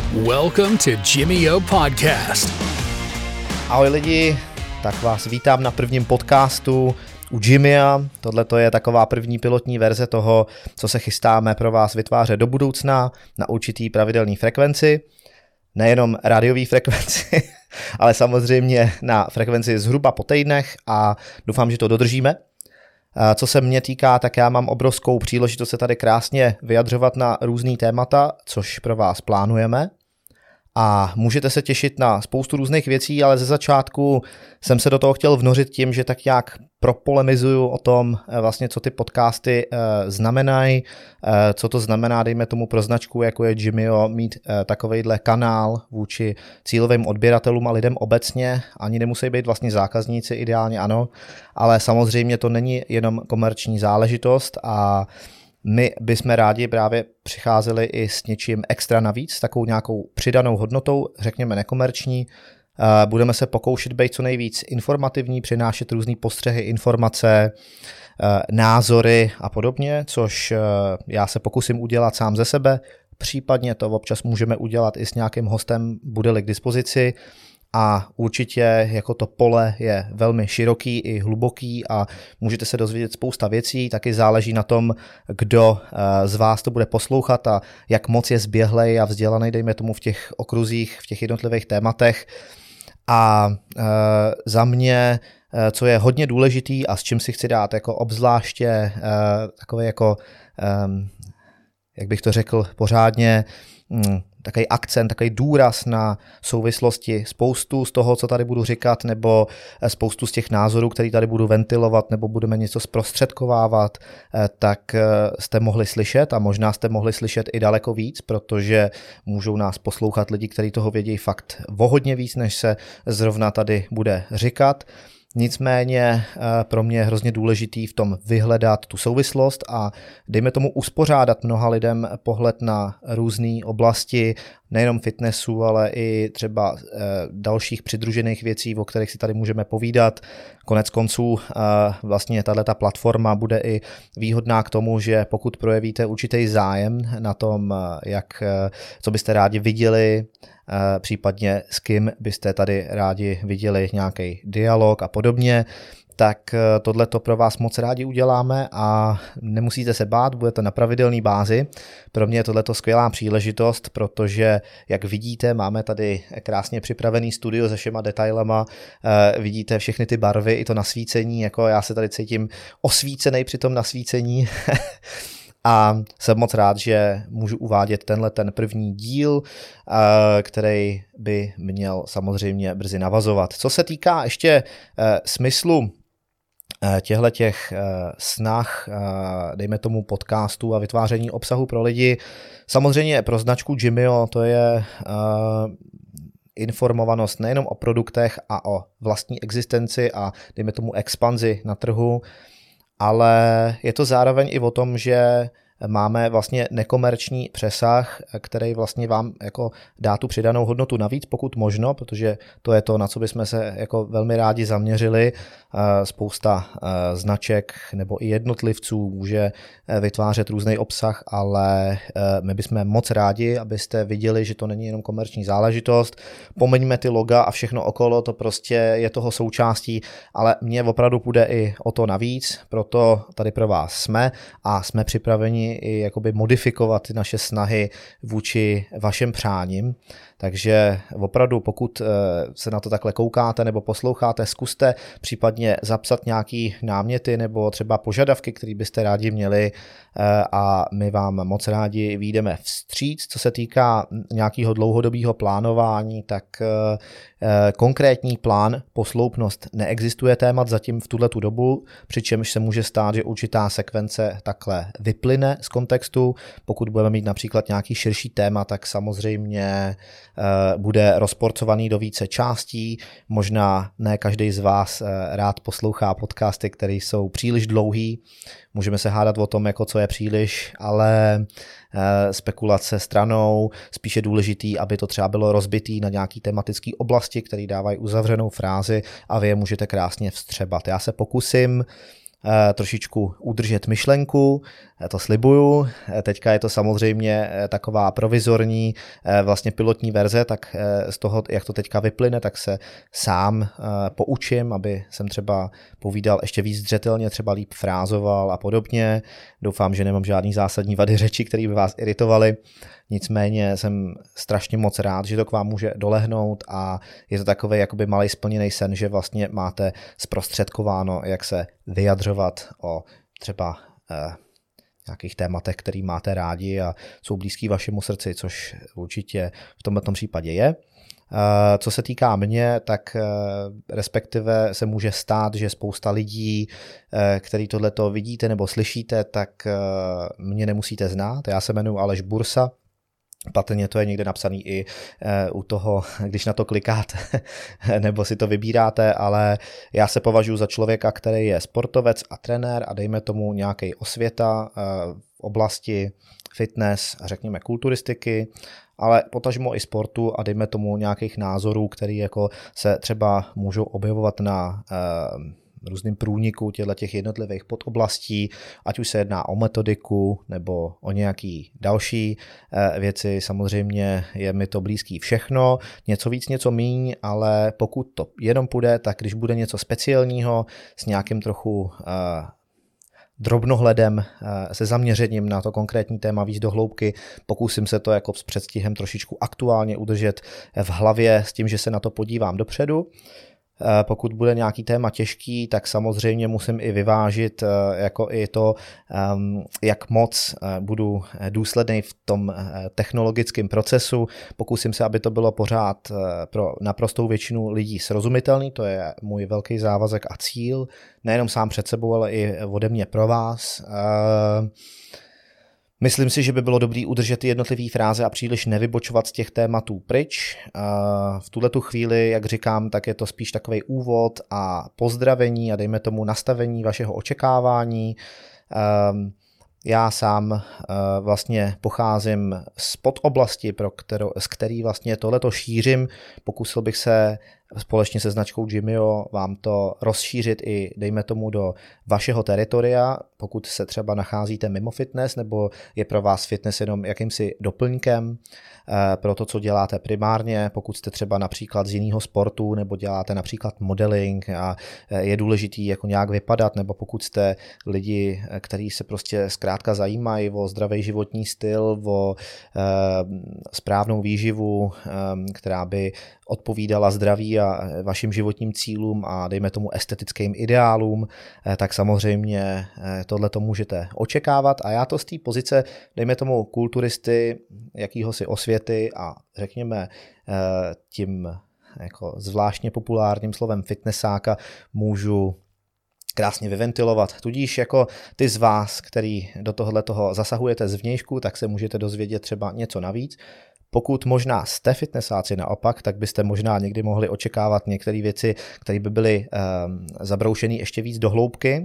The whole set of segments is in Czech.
Welcome to Jimmy O Podcast. Ahoj lidi, tak vás vítám na prvním podcastu u Jimmya. Tohle je taková první pilotní verze toho, co se chystáme pro vás vytvářet do budoucna na určitý pravidelný frekvenci. Nejenom rádiový frekvenci, ale samozřejmě na frekvenci zhruba po týdnech a doufám, že to dodržíme. Co se mě týká, tak já mám obrovskou příležitost se tady krásně vyjadřovat na různý témata, což pro vás plánujeme. A můžete se těšit na spoustu různých věcí, ale ze začátku jsem se do toho chtěl vnořit tím, že tak nějak propolemizuju o tom, vlastně, co ty podcasty znamenají, co to znamená, dejme tomu pro značku, jako je Jimmyo, mít takovejhle kanál vůči cílovým odběratelům a lidem obecně. Ani nemusí být vlastně zákazníci, ideálně ano, ale samozřejmě to není jenom komerční záležitost a my bychom rádi právě přicházeli i s něčím extra navíc, s takovou nějakou přidanou hodnotou, řekněme nekomerční. Budeme se pokoušet být co nejvíc informativní, přinášet různý postřehy, informace, názory a podobně, což já se pokusím udělat sám ze sebe. Případně to občas můžeme udělat i s nějakým hostem, bude-li k dispozici. A určitě jako to pole je velmi široký i hluboký a můžete se dozvědět spousta věcí, taky záleží na tom, kdo z vás to bude poslouchat a jak moc je zběhlej a vzdělaný, dejme tomu v těch okruzích, v těch jednotlivých tématech. A za mě, co je hodně důležitý a s čím si chci dát jako obzvláště takový jako, jak bych to řekl pořádně, takový akcent, takový důraz na souvislosti, spoustu z toho, co tady budu říkat, nebo spoustu z těch názorů, který tady budu ventilovat, nebo budeme něco zprostředkovávat, tak jste mohli slyšet a možná jste mohli slyšet i daleko víc, protože můžou nás poslouchat lidi, kteří toho vědí fakt o hodně víc, než se zrovna tady bude říkat. Nicméně pro mě je hrozně důležitý v tom vyhledat tu souvislost a dejme tomu uspořádat mnoha lidem pohled na různé oblasti, nejenom fitnessu, ale i třeba dalších přidružených věcí, o kterých si tady můžeme povídat. Konec konců vlastně tato platforma bude i výhodná k tomu, že pokud projevíte určitý zájem na tom, co byste rádi viděli, případně s kým byste tady rádi viděli nějaký dialog a podobně, tak tohleto pro vás moc rádi uděláme a nemusíte se bát, budete na pravidelné bázi. Pro mě je tohleto skvělá příležitost, protože jak vidíte, máme tady krásně připravený studio se všema detailama, vidíte všechny ty barvy i to nasvícení, jako já se tady cítím osvícený při tom nasvícení. A jsem moc rád, že můžu uvádět ten první díl, který by měl samozřejmě brzy navazovat. Co se týká ještě smyslu těch snah, dejme tomu podcastů a vytváření obsahu pro lidi, samozřejmě pro značku Jimmyo to je informovanost nejenom o produktech a o vlastní existenci a dejme tomu expanzi na trhu, ale je to zároveň i o tom, že máme vlastně nekomerční přesah, který vlastně vám jako dá tu přidanou hodnotu navíc, pokud možno, protože to je to, na co bychom se jako velmi rádi zaměřili. Spousta značek nebo i jednotlivců může vytvářet různý obsah, ale my bychom moc rádi, abyste viděli, že to není jenom komerční záležitost. Pomeňme ty loga a všechno okolo, to prostě je toho součástí, ale mně opravdu půjde i o to navíc, proto tady pro vás jsme a jsme připraveni i jakoby modifikovat ty naše snahy vůči vašem přáním. Takže opravdu, pokud se na to takhle koukáte nebo posloucháte, zkuste případně zapsat nějaký náměty nebo třeba požadavky, které byste rádi měli a my vám moc rádi vyjdeme vstříc. Co se týká nějakého dlouhodobého plánování, tak konkrétní plán, posloupnost neexistuje témat zatím v tuhletu dobu, přičemž se může stát, že určitá sekvence takhle vyplyne z kontextu. Pokud budeme mít například nějaký širší téma, tak samozřejmě bude rozporcovaný do více částí. Možná ne každý z vás rád poslouchá podcasty, které jsou příliš dlouhý. Můžeme se hádat o tom, jako co je příliš, ale spekulace stranou, spíše důležitý, aby to třeba bylo rozbitý na nějaký tematický oblasti, které dávají uzavřenou frázi a vy je můžete krásně vstřebat. Já se pokusím trošičku udržet myšlenku, to slibuju. Teďka je to samozřejmě taková provizorní vlastně pilotní verze, tak z toho, jak to teďka vyplyne, tak se sám poučím, aby jsem třeba povídal ještě víc zřetelně, třeba líp frázoval a podobně. Doufám, že nemám žádný zásadní vady řeči, které by vás iritovaly. Nicméně jsem strašně moc rád, že to k vám může dolehnout a je to takový jakoby malej splněný sen, že vlastně máte zprostředkováno, jak se vyjadřovat o třeba nějakých tématech, který máte rádi a jsou blízký vašemu srdci, což určitě v tomto případě je. Co se týká mě, tak respektive se může stát, že spousta lidí, který tohleto vidíte nebo slyšíte, tak mě nemusíte znát. Já se jmenuji Aleš Bursa. Patrně to je někde napsaný i u toho, když na to klikáte nebo si to vybíráte, ale já se považuji za člověka, který je sportovec a trenér a dejme tomu nějaký osvěta v oblasti fitness a řekněme kulturistiky, ale potažmo i sportu a dejme tomu nějakých názorů, který jako se třeba můžou objevovat na různým průniku těch jednotlivých podoblastí, ať už se jedná o metodiku nebo o nějaký další věci. Samozřejmě je mi to blízký všechno, něco víc, něco míň, ale pokud to jenom půjde, tak když bude něco speciálního s nějakým trochu drobnohledem, se zaměřením na to konkrétní téma víc do hloubky, pokusím se to jako s předstihem trošičku aktuálně udržet v hlavě s tím, že se na to podívám dopředu. Pokud bude nějaký téma těžký, tak samozřejmě musím i vyvážit jako i to, jak moc budu důsledný v tom technologickém procesu. Pokusím se, aby to bylo pořád pro naprostou většinu lidí srozumitelný, to je můj velký závazek a cíl, nejenom sám před sebou, ale i ode mě pro vás. Myslím si, že by bylo dobré udržet ty jednotlivé fráze a příliš nevybočovat z těch tématů pryč. V tuhletu chvíli, jak říkám, tak je to spíš takový úvod a pozdravení a dejme tomu nastavení vašeho očekávání. Já sám vlastně pocházím z podoblasti, z který vlastně tohleto šířím. Pokusil bych se společně se značkou Jimio vám to rozšířit i dejme tomu do vašeho teritoria, pokud se třeba nacházíte mimo fitness nebo je pro vás fitness jenom jakýmsi doplňkem pro to, co děláte primárně, pokud jste třeba například z jiného sportu nebo děláte například modeling a je důležitý jako nějak vypadat, nebo pokud jste lidi, kteří se prostě zkrátka zajímají o zdravý životní styl, o správnou výživu, která by odpovídala zdraví a vašim životním cílům a dejme tomu estetickým ideálům, tak samozřejmě tohle to můžete očekávat a já to z té pozice, dejme tomu kulturisty, jakýhosi osvěty a řekněme tím jako zvláštně populárním slovem fitnessáka můžu krásně vyventilovat. Tudíž jako ty z vás, který do tohoto zasahujete zvnějšku, tak se můžete dozvědět třeba něco navíc. Pokud možná jste fitnessáci naopak, tak byste možná někdy mohli očekávat některé věci, které by byly zabroušené ještě víc do hloubky.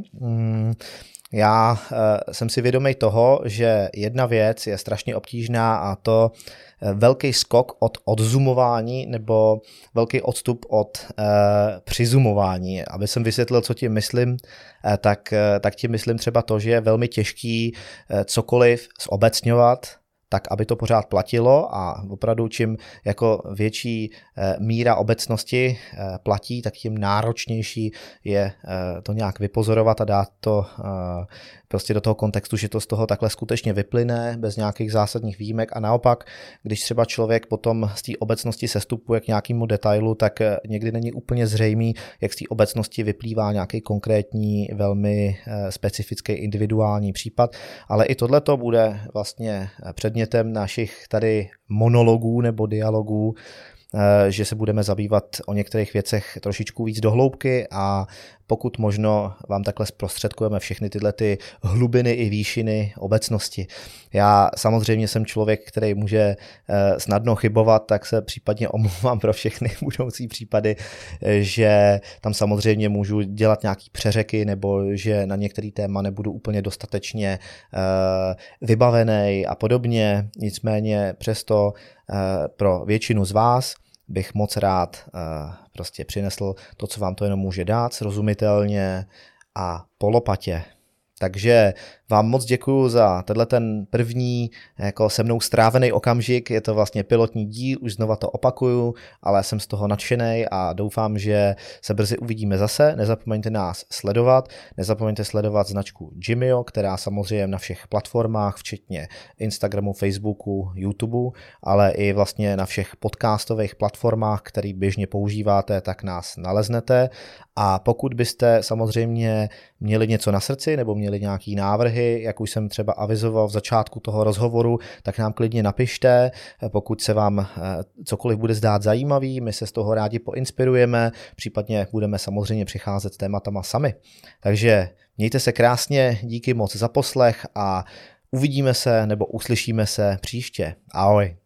Já jsem si vědomý toho, že jedna věc je strašně obtížná a to velký skok od odzumování nebo velký odstup od přizumování. Aby jsem vysvětlil, co tím myslím, tak tím myslím třeba to, že je velmi těžký cokoliv zobecňovat, tak aby to pořád platilo a opravdu čím jako větší míra obecnosti platí, tak tím náročnější je to nějak vypozorovat a dát to prostě do toho kontextu, že to z toho takhle skutečně vyplyne bez nějakých zásadních výjimek a naopak, když třeba člověk potom z té obecnosti sestupuje k nějakému detailu, tak někdy není úplně zřejmý, jak z té obecnosti vyplývá nějaký konkrétní, velmi specifický individuální případ, ale i tohleto bude vlastně předmětem našich tady monologů nebo dialogů, že se budeme zabývat o některých věcech trošičku víc do hloubky a pokud možno vám takhle zprostředkujeme všechny tyhle ty hlubiny i výšiny obecnosti. Já samozřejmě jsem člověk, který může snadno chybovat, tak se případně omlouvám pro všechny budoucí případy, že tam samozřejmě můžu dělat nějaký přeřeky nebo že na některý téma nebudu úplně dostatečně vybavený a podobně. Nicméně přesto pro většinu z vás bych moc rád prostě přinesl to, co vám to jenom může dát, srozumitelně a po lopatě. Takže vám moc děkuju za ten první jako se mnou strávený okamžik. Je to vlastně pilotní díl, už znova to opakuju, ale jsem z toho nadšenej a doufám, že se brzy uvidíme zase. Nezapomeňte nás sledovat, nezapomeňte sledovat značku Jimio, která samozřejmě na všech platformách, včetně Instagramu, Facebooku, YouTube, ale i vlastně na všech podcastových platformách, který běžně používáte, tak nás naleznete. A pokud byste samozřejmě měli něco na srdci nebo měli nějaký návrhy, jak už jsem třeba avizoval v začátku toho rozhovoru, tak nám klidně napište, pokud se vám cokoliv bude zdát zajímavý, my se z toho rádi poinspirujeme, případně budeme samozřejmě přicházet s tématama sami. Takže mějte se krásně, díky moc za poslech a uvidíme se nebo uslyšíme se příště. Ahoj.